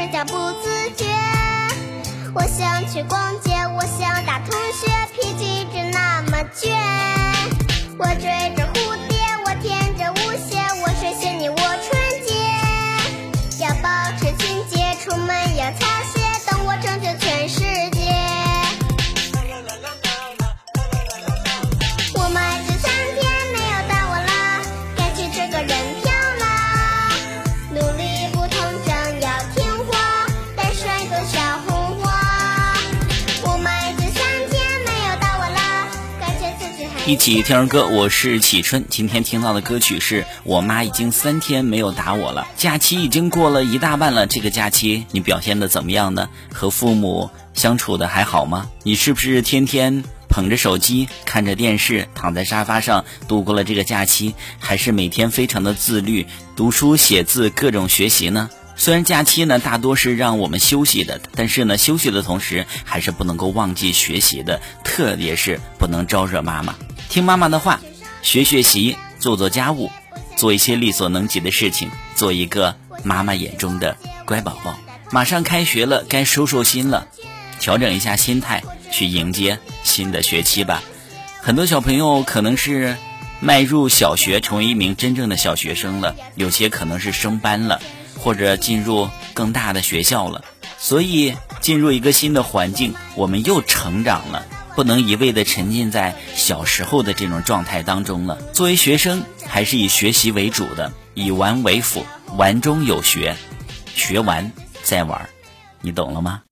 睡觉不自觉。我想去逛街，我想打同学，脾气一直那么倔。我追着蝴蝶，我舔着舞鞋，我水仙女，我纯洁。要保持清洁，出门要擦鞋，等我拯救全世界。我买这3天没有打我了，该去这个人票了。努力不同正要听话，带帅哥小红花。我买这3天没有打我了，该去自己一起听儿歌，我是启春。今天听到的歌曲是我妈已经3天没有打我了。假期已经过了一大半了，这个假期你表现的怎么样呢？和父母相处的还好吗？你是不是天天捧着手机看着电视躺在沙发上度过了这个假期，还是每天非常的自律，读书写字各种学习呢？虽然假期呢大多是让我们休息的，但是呢休息的同时还是不能够忘记学习的，特别是不能招惹妈妈。听妈妈的话，学习，做家务，做一些力所能及的事情，做一个妈妈眼中的乖宝宝。马上开学了，该收心了，调整一下心态，去迎接新的学期吧。很多小朋友可能是迈入小学，成为一名真正的小学生了，有些可能是升班了，或者进入更大的学校了。所以进入一个新的环境，我们又成长了，不能一味的沉浸在小时候的这种状态当中了。作为学生，还是以学习为主的，以玩为辅，玩中有学，学完再玩，你懂了吗？